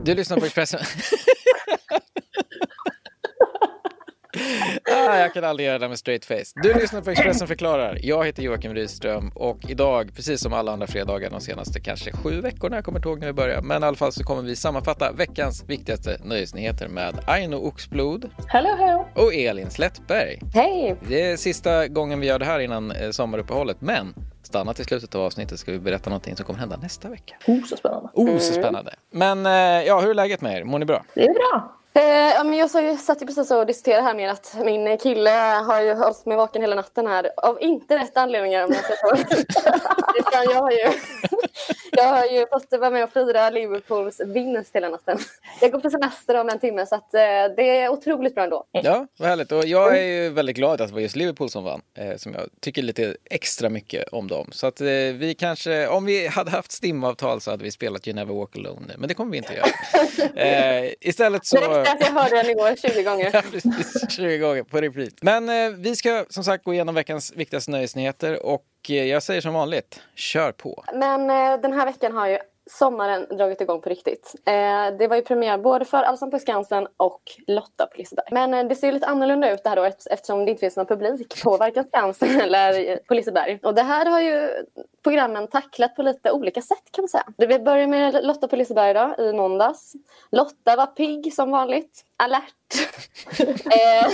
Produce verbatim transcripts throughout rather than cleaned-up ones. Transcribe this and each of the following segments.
Du lyssnar på Expressen. ah, jag kan aldrig göra det med straight face. Du lyssnar på Expressen förklarar. Jag heter Joakim Rydström och idag, precis som alla andra fredagar de senaste kanske sju veckorna, jag kommer inte ihåg när vi börjar, men i alla fall så kommer vi sammanfatta veckans viktigaste nöjesnyheter med Aino Oxblod. Hello, hello. Och Elin Slättberg. Hej! Det är sista gången vi gör det här innan eh, sommaruppehållet, men stanna till slutet av avsnittet ska vi berätta någonting som kommer hända nästa vecka. Oh, så spännande. Oh, så spännande. Men eh, ja, hur är läget med er? Mår ni bra? Det är bra. Eh, ja, men jag så, satt ju precis och diskuterade här med att min kille har ju hållit mig vaken hela natten här. Av inte rätt anledningar om jag ska ta. Utan jag har ju jag har ju fått vara med och fira Liverpools vinst hela natten. Jag går på semester om en timme så att eh, det är otroligt bra ändå. Ja, vad härligt. Och jag är ju väldigt glad att det var just Liverpool som vann. Eh, som jag tycker lite extra mycket om dem. Så att eh, vi kanske, om vi hade haft stimavtal så hade vi spelat You Never Walk Alone. Men det kommer vi inte göra. Eh, istället så... Det att jag hörde den igår tjugo gånger. Ja, precis. tjugo gånger på repeat. Men eh, vi ska som sagt gå igenom veckans viktigaste nöjesnyheter och eh, jag säger som vanligt, kör på. Men eh, den här veckan har ju sommaren dragit igång på riktigt. Eh, det var ju premiär både för Allsång på Skansen och Lotta på Liseberg. Men eh, det ser ju lite annorlunda ut det här året eftersom det inte finns någon publik på varken Skansen eller på Liseberg. Och det här har ju programmen tacklat på lite olika sätt kan man säga. Det börjar med Lotta på Liseberg då, i måndags. Lotta var pigg som vanligt. Alert! eh,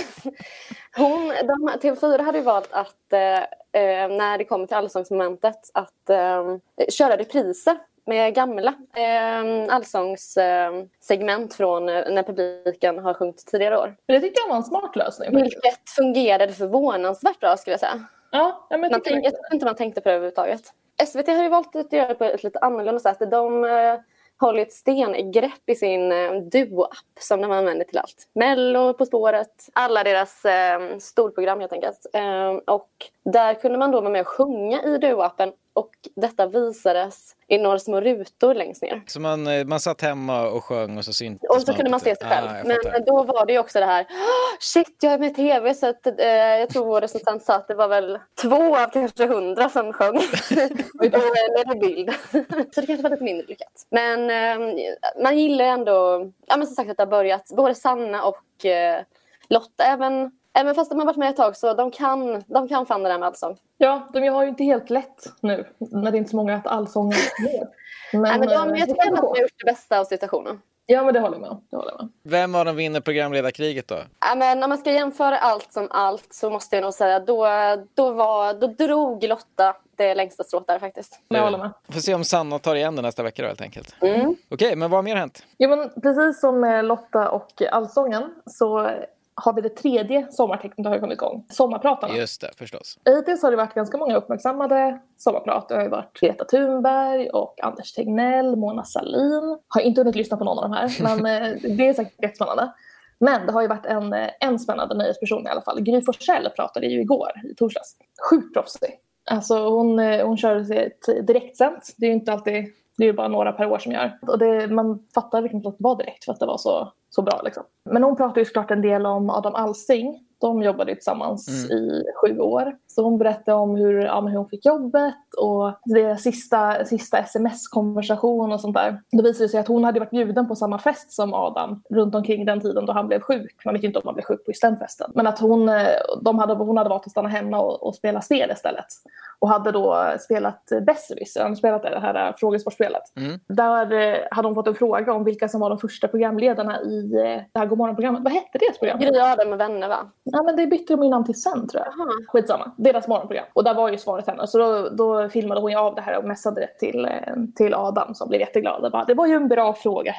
hon, de, T V fyra hade ju valt att eh, när det kommer till allsångsmomentet att eh, köra repriser med gamla eh, allsångssegment eh, från när publiken har sjungit tidigare år. Det tyckte jag var en smart lösning. Vilket fungerade förvånansvärt bra skulle jag säga. Ja, ja men man tänkte, jag tror inte man tänkte på det överhuvudtaget. S V T har ju valt att göra det på ett lite annorlunda sätt. De eh, håller ett stengrepp i sin eh, duo-app som de använder till allt. Mello, På spåret, alla deras eh, storprogram helt enkelt. Eh, och där kunde man då vara med och sjunga i duo-appen. Och detta visades i några små rutor längst ner. Så man, man satt hemma och sjöng och så syntes Och så man kunde man se sig själv. Ah, men då var det ju också det här, oh, shit jag är med i tv. Så att, eh, jag tror vår resultat sa att det var väl två av kanske hundra som sjöng. Och med bild. Så det kanske var lite mindre lyckat. Men eh, man gillar ändå, ja men som sagt att det har börjat. Både Sanna och eh, Lotta även... Även fast de har varit med ett tag så de kan, de kan fan det där med allsång. Ja, de har ju inte helt lätt nu när det är inte så många att allsång är med. Men, Nej, men de, äh, jag tycker att de har gjort det bästa av situationen. Ja, men det håller jag med. Det håller jag med. Vem av dem vinner programledarkriget då? Ja, men om man ska jämföra allt som allt så måste jag nog säga då, då, var, då drog Lotta det längsta strået där faktiskt. Jag håller med. Får se om Sanna tar igen det nästa vecka då helt enkelt. Mm. Okej, men vad har mer hänt? Jo, men precis som med Lotta och allsången så har vi det tredje sommartecknet har kommit igång. Sommarpratarna. Just det, förstås. Hittills har det varit ganska många uppmärksammade sommarprat. Det har ju varit Greta Thunberg och Anders Tegnell, Mona Sahlin. Har inte hunnit lyssna på någon av de här, men det är säkert rätt spännande. Men det har ju varit en, en spännande nöjesperson i alla fall. Gry Forssell pratade ju igår i torsdags. Sjukt proffsig. Alltså hon, hon kör ett direktsänt. Det är ju inte alltid, det är ju bara några per år som gör. Och det, man fattar vilken att det var direkt för att det var så, så bra liksom. Men hon pratar ju såklart en del om Adam Alsing. De jobbade tillsammans mm. i sju år. Så hon berättade om hur, ja, hur hon fick jobbet och deras sista, sista sms-konversation och sånt där. Då visade det sig att hon hade varit bjuden på samma fest som Adam runt omkring den tiden då han blev sjuk. Man vet ju inte om han blev sjuk på just den festen. Men att hon, de hade, hon hade valt att stanna hemma och, och spela spel istället. Och hade då spelat Besserwisser, hon spelat det här frågesportspelet. Mm. Där hade hon fått en fråga om vilka som var de första programledarna i det här Godmorgon-programmet. Vad hette deras program? Gry Adam med vänner va? Ja, men det bytte de ju namn till sen tror jag. Aha. Skitsamma. Deras morgonprogram. Och där var ju svaret henne. Så då, då filmade hon ju av det här och messade det till, till Adam som blev jätteglad. Det, bara, det var ju en bra fråga.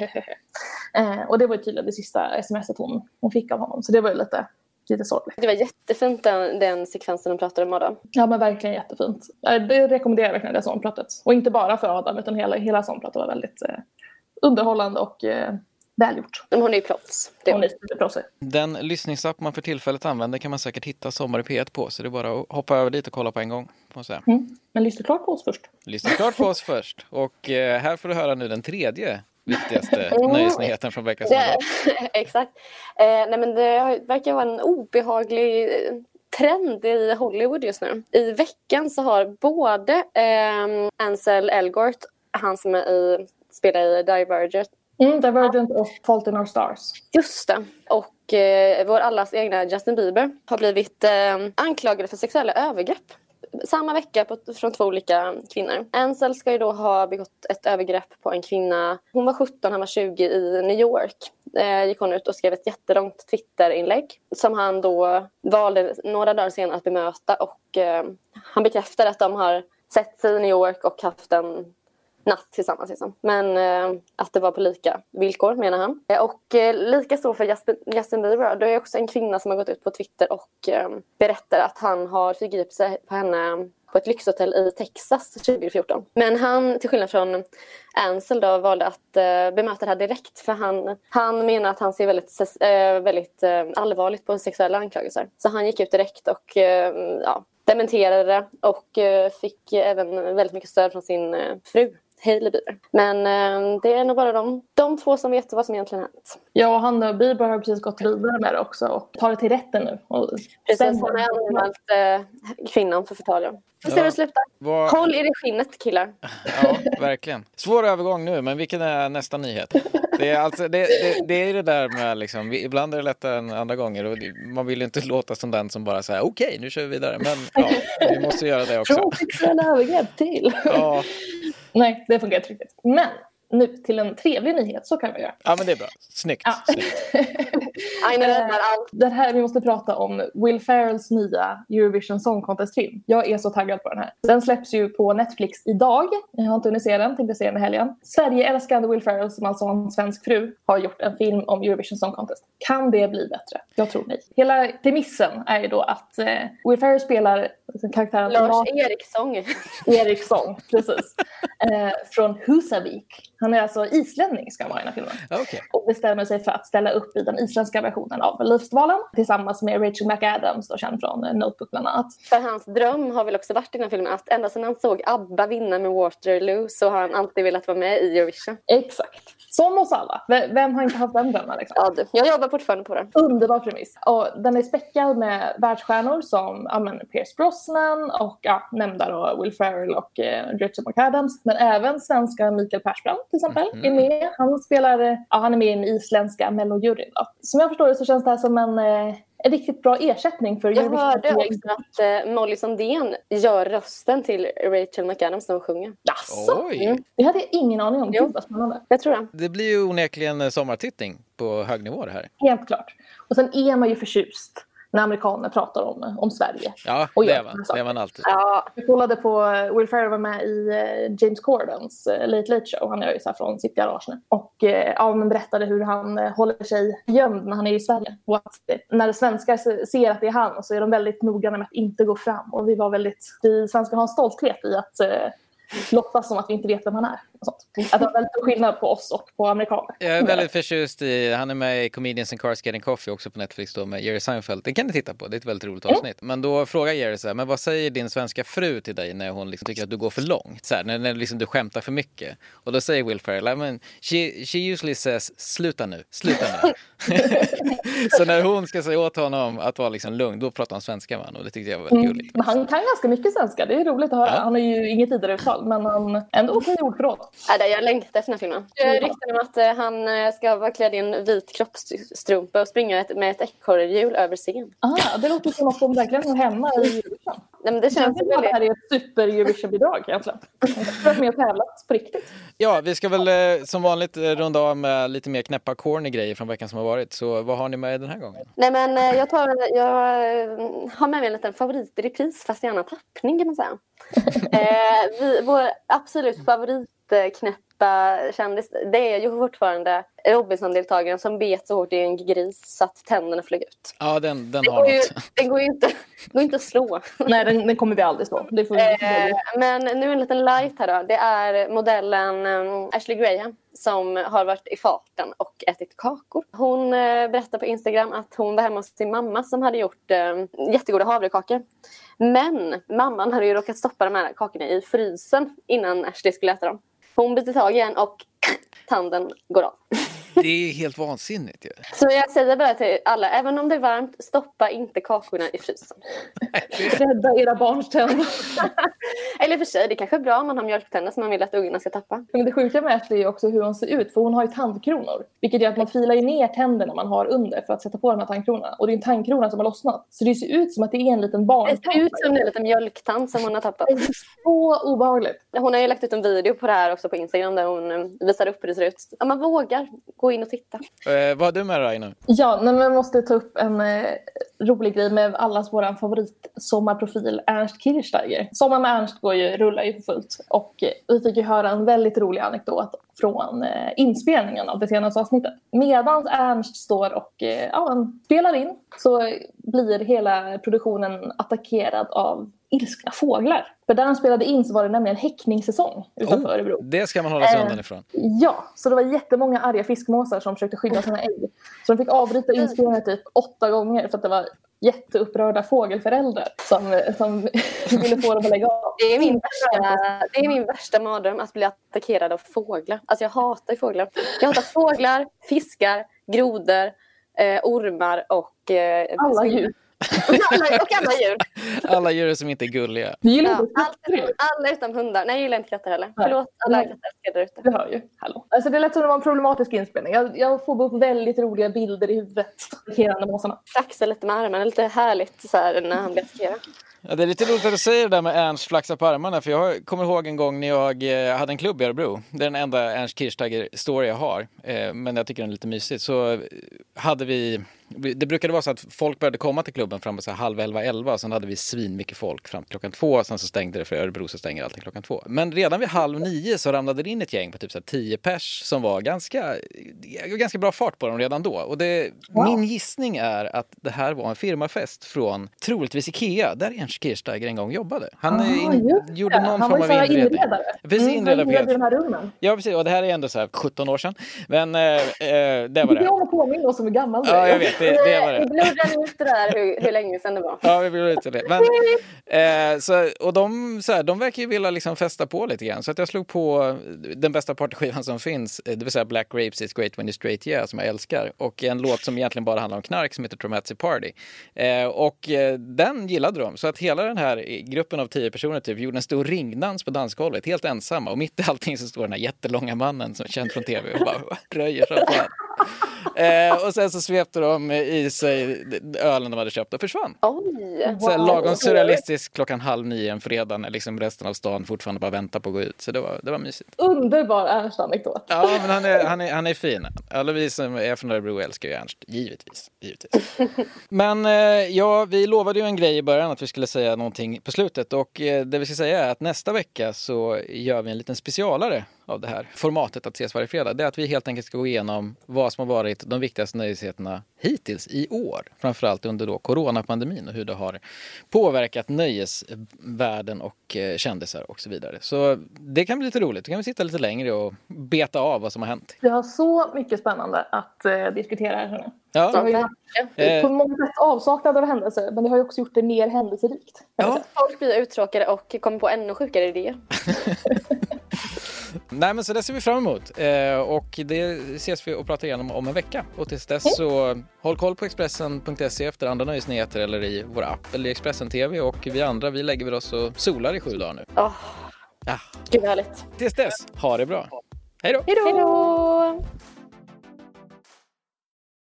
eh, och det var ju tydligen det sista smset hon, hon fick av honom. Så det var ju lite, lite sorgligt. Det var jättefint den, den sekvensen de pratade om Adam. Ja, men verkligen jättefint. Det rekommenderar jag verkligen det sånpratet. Och inte bara för Adam utan hela, hela sånpratet var väldigt eh, underhållande och... Eh, välgjort. Hon är ju proffs. Det är hon är proffs. Den lyssningsapp man för tillfället använder kan man säkert hitta Sommar i P ett på. Så det är bara att hoppa över dit och kolla på en gång. Får säga. Mm. Men lyssna klart på oss först. Lyssna klart på oss först. Och eh, här får du höra nu den tredje viktigaste mm. nöjesnyheten från veckan som det, Exakt. Eh, nej men det verkar vara en obehaglig trend i Hollywood just nu. I veckan så har både eh, Ansel Elgort, han som är i, spelar i Divergent, Mm, Divergent och Fault in Our Stars. Just det. Och eh, vår allas egna Justin Bieber har blivit eh, anklagad för sexuella övergrepp. Samma vecka på, från två olika kvinnor. Ansel ska ju då ha begått ett övergrepp på en kvinna. Hon var sjutton, han var tjugo i New York. Eh, gick hon ut och skrev ett jättelångt Twitter-inlägg som han då valde några dagar senare att bemöta. Och eh, han bekräftade att de har sett sig i New York och haft en natt tillsammans. Liksom. Men eh, att det var på lika villkor, menar han. Eh, och eh, lika så för Justin, Justin Bieber. Det är också en kvinna som har gått ut på Twitter och eh, berättar att han har förgripit sig på henne på ett lyxhotell i Texas tjugo fjorton. Men han, till skillnad från Ansel då, valde att eh, bemöta det här direkt. För han, han menar att han ser väldigt, eh, väldigt eh, allvarligt på sexuella anklagelser. Så han gick ut direkt och eh, ja, dementerade det. Och eh, fick även väldigt mycket stöd från sin eh, fru. Hailey Bieber. Men eh, det är nog bara de, de två som vet vad som egentligen hänt. Ja, han och Bieber har precis gått vidare med det också och tar det till rätten nu. Och precis, han har anmält eh, kvinnan för förtal. Vi ser hur det slutar. Var... Håll i det skinnet, killar. Ja, verkligen. Svår övergång nu, men vilken är nästa nyhet? Det är, alltså, det, det, det är det där med liksom, ibland är det lättare än andra gånger och man vill ju inte låta som den som bara säger okej, okay, nu kör vi vidare. Men ja, vi måste göra det också. Från sexuella övergrepp till. Ja. Nej, det funkar inte riktigt. Men nu till en trevlig nyhet, så kan vi göra. Ja, men det är bra. Snyggt. Ja. Snyggt. Det här, vi måste prata om Will Ferrells nya Eurovision Song Contest-film. Jag är så taggad på den här. Den släpps ju på Netflix idag. Jag har inte hunnit se den, tänkte se den i helgen. Sverige-älskande Will Ferrell, som alltså har en svensk fru, har gjort en film om Eurovision Song Contest. Kan det bli bättre? Jag tror nej. Hela premissen är ju då att eh, Will Ferrell spelar karaktären Lars Eriksson. Eriksson, precis. Eh, från Husavik. Han är alltså islänning, ska vara i den här filmen. Okay. Och bestämmer sig för att ställa upp i den isländska versionen av Livsvalen tillsammans med Rachel McAdams, då känd från Notebook bland annat. För hans dröm har väl också varit i den här filmen att ända sedan han såg ABBA vinna med Waterloo så har han alltid velat vara med i Eurovision. Exakt. Som oss alla. V- vem har inte haft den drömmen? Liksom? Ja, du. Jag jobbar fortfarande på den. Underbar premiss. Och den är späckad med världsstjärnor som ja, men Pierce Brosnan och ja, nämnda då Will Ferrell och eh, Rachel McAdams. Men även svenska Mikael Persbrandt till exempel mm. är med. Han spelar, ja, han är med i den isländska Mellojuryn. Som jag förstår det så känns det här som en, eh, en riktigt bra ersättning för Jag hörde också att eh, Molly Sandén gör rösten till Rachel McAdams när hon sjunger. Jaså? Mm. Det hade jag ingen aning om. Jo. Gud, spännande. Jag tror det. Det blir ju onekligen sommartittning på hög nivå det här. Helt klart. Och sen är man ju förtjust när amerikaner pratar om, om Sverige. Ja, och det är man. Det är man alltid. Ja. Jag kollade på Will Ferrell var med i James Cordens Late Late Show. Han är ju så här från sitt garage nu. Och ja, men berättade hur han håller sig gömd när han är i Sverige. Och att när svenskar ser att det är han så är de väldigt noggranna med att inte gå fram. Och vi var väldigt, vi svenskar har en stolthet i att låtsas som att vi inte vet vem han är. Och sånt. Att det är väldigt skillnad på oss och på amerikaner. Jag är väldigt förtjust i, han är med i Comedians in Cars Getting Coffee också på Netflix då med Jerry Seinfeld. Det kan ni titta på, det är ett väldigt roligt avsnitt. Mm. Men då frågar Jerry så här, men vad säger din svenska fru till dig när hon liksom tycker att du går för långt? Så här, när, när liksom du skämtar för mycket. Och då säger Will Ferrell, I mean, she, she usually says, sluta nu, sluta nu. Så när hon ska säga åt honom att vara liksom lugn, då pratar han svenska med honom. Och det tyckte jag var väldigt mm. gulligt. Men han kan ganska mycket svenska, det är roligt att höra. Ja. Han har ju inget vidare uttal, men han ändå okej ordförråd. Ja, det jag längtar efter den här filmen. Jag ryktar om att uh, han ska vara klädd i en vit kroppsstrumpa och springa ett, med ett ekorrhjul över scen. Ah, det låter som att de verkligen är hemma i Eurovision. Nej, men det känns det, det här är ett super Eurovision-bidrag egentligen. Jag tror att de har tävlat på riktigt. Ja, vi ska väl eh, som vanligt runda av med lite mer knäppa corny grejer från veckan som har varit. Så vad har ni med den här gången? Nej, men eh, jag, tar, jag har med mig en liten favorit i repris, fast gärna tappning kan man säga. eh, vi, vår absolut favoritknäppa kändis, det är ju fortfarande Robinson-deltagaren som bet så hårt i en gris så att tänderna flög ut. Ja, den, den det har ju, något. Den går ju inte, går inte att slå. Nej, den, den kommer vi aldrig slå. Det får vi eh, men nu en liten light här då. Det är modellen um, Ashley Graham som har varit i farten och ätit kakor. Hon eh, berättade på Instagram att hon var hemma hos sin mamma som hade gjort eh, jättegoda havrekakor. Men mamman hade ju råkat stoppa de här kakorna i frysen innan Ashley skulle äta dem. Hon biter tag igen och tanden går av. Det är helt vansinnigt ju. Så jag säger bara till alla, även om det är varmt, stoppa inte kakorna i frysen. Rädda era barns tänder. Eller för sig, det kanske är bra om man har mjölktänder som man vill att ungarna ska tappa. Men det sjuka med Ashley är också hur hon ser ut. För hon har ju tandkronor. Vilket gör att man filar ju ner tänderna man har under för att sätta på de här tandkronorna. Och det är en tandkrona som har lossnat. Så det ser ut som att det är en liten barn. Det ser ut som en liten mjölktand som hon har tappat. Det är så obehagligt. Hon har ju lagt ut en video på det här också på Instagram där hon visar upp hur det ser ut. Ja, man vågar gå in och titta. Eh, vad har du med dig nu? Ja, men man måste ta upp en eh, rolig grej med allas våran favoritsommarprofil Ernst Kirchsteiger. Sommar med Ernst går ju, rullar ju för fullt. Och eh, vi fick ju höra en väldigt rolig anekdot från eh, inspelningen av det senaste avsnittet. Medan Ernst står och eh, ja, spelar in så blir hela produktionen attackerad av ilskna fåglar. För där han spelade in så var det nämligen häckningssäsong utanför oh, Örebro. Det ska man hålla sig eh, undan ifrån. Ja, så det var jättemånga arga fiskmåsar som försökte skydda sina ägg. Så de fick avbryta inspelningen typ åtta gånger för att det var jätteupprörda fågelföräldrar som, som ville få dem att lägga av. Det är min värsta, det är min värsta mardröm att bli attackerad av fåglar. Alltså jag hatar fåglar. Jag hatar fåglar, fiskar, grodor, eh, ormar och... Eh, alla djur. alla, och alla djur. Alla djur som inte är gulliga. Du gillar ja, inte alla, alla utom hundar. Nej, jag gillar inte katter heller. Nej. Förlåt, alla katter där ute. Du hör ju. Hallå. Alltså det lät som det var en problematisk inspelning. Jag, jag får upp väldigt roliga bilder i huvudet. Attackerande måsarna. Flaxa lite med armarna. Lite härligt så här, när han blir attackerad. Ja, det är lite roligt att du säger det där med Ernst flaxa på armarna. För jag kommer ihåg en gång när jag hade en klubb i Örebro. Det är den enda Ernst Kirchsteiger-story jag har. Men jag tycker den är lite mysigt. Så hade vi... Det brukade vara så att folk började komma till klubben fram på så här halv elva, elva. Sen hade vi svin mycket folk fram till klockan två. Sen så stängde det, för Örebro så stänger alltid klockan två. Men redan vid halv nio så ramlade det in ett gäng på typ så här tio pers som var ganska, ganska bra fart på dem redan då. Och det, wow. Min gissning är att det här var en firmafest från troligtvis Ikea, där Ernst Kirchsteiger en gång jobbade. Han ah, in, gjorde någon han form av inredning. Inredare. Precis, mm, inredare på den här rummen. Ja, precis. Och det här är ändå så här sjutton år sedan. Men eh, det var det. Jag påminner oss som är gammal. Ja, jag vet. Det, det var det. Vi blurrade ut det där hur, hur länge sedan det var. Ja, vi blurrade ut det. Men, eh, så, och de, så här, de verkar ju vilja liksom festa på lite grann. Så att jag slog på den bästa partyskivan som finns. Det vill säga Black Grapes Is Great When You Straight Yeah, som jag älskar. Och en låt som egentligen bara handlar om knark som heter Traumatic Party. Eh, och eh, den gillade de. Så att hela den här gruppen av tio personer typ gjorde en stor ringdans på dansgolvet. Helt ensamma. Och mitt i allting så står den här jättelånga mannen som är känd från tv och bara röjer sig på. Eh, och sen så svepte de i sig ölen de hade köpt och försvann. Oj! Så wow. Lagom surrealistisk klockan halv nio en fredag när liksom resten av stan fortfarande bara väntar på att gå ut. Så det var, det var mysigt. Underbar Ernst-anekdot. Ja, men han är, han, är, han är fin. Alla vi som är från Örebro älskar ju Ernst. Givetvis. Givetvis. Men eh, ja, vi lovade ju en grej i början att vi skulle säga någonting på slutet. Och eh, det vi ska säga är att nästa vecka så gör vi en liten specialare av det här formatet att ses varje fredag. Det är att vi helt enkelt ska gå igenom vad som har varit de viktigaste nöjesheterna hittills i år. Framförallt under då coronapandemin och hur det har påverkat nöjesvärlden och eh, kändisar och så vidare. Så det kan bli lite roligt. Då kan vi sitta lite längre och beta av vad som har hänt. Vi har så mycket spännande att eh, diskutera här nu. Ja. Det har ju varit på många sätt avsaknad av händelser, men det har ju också gjort det mer händelserikt. Ja. Folk blir uttråkade och kommer på ännu sjukare idéer. Nej, men så det ser vi fram emot. Eh, och det ses vi och pratar igenom om en vecka. Och tills dess mm. så håll koll på Expressen punkt se efter andra nöjesnyheter eller i vår app eller i Expressen T V. Och vi andra, vi lägger väl oss och solar i sju dagar nu. Oh. Ja. Gud härligt. Tills dess, ha det bra. Hej då! Hej då!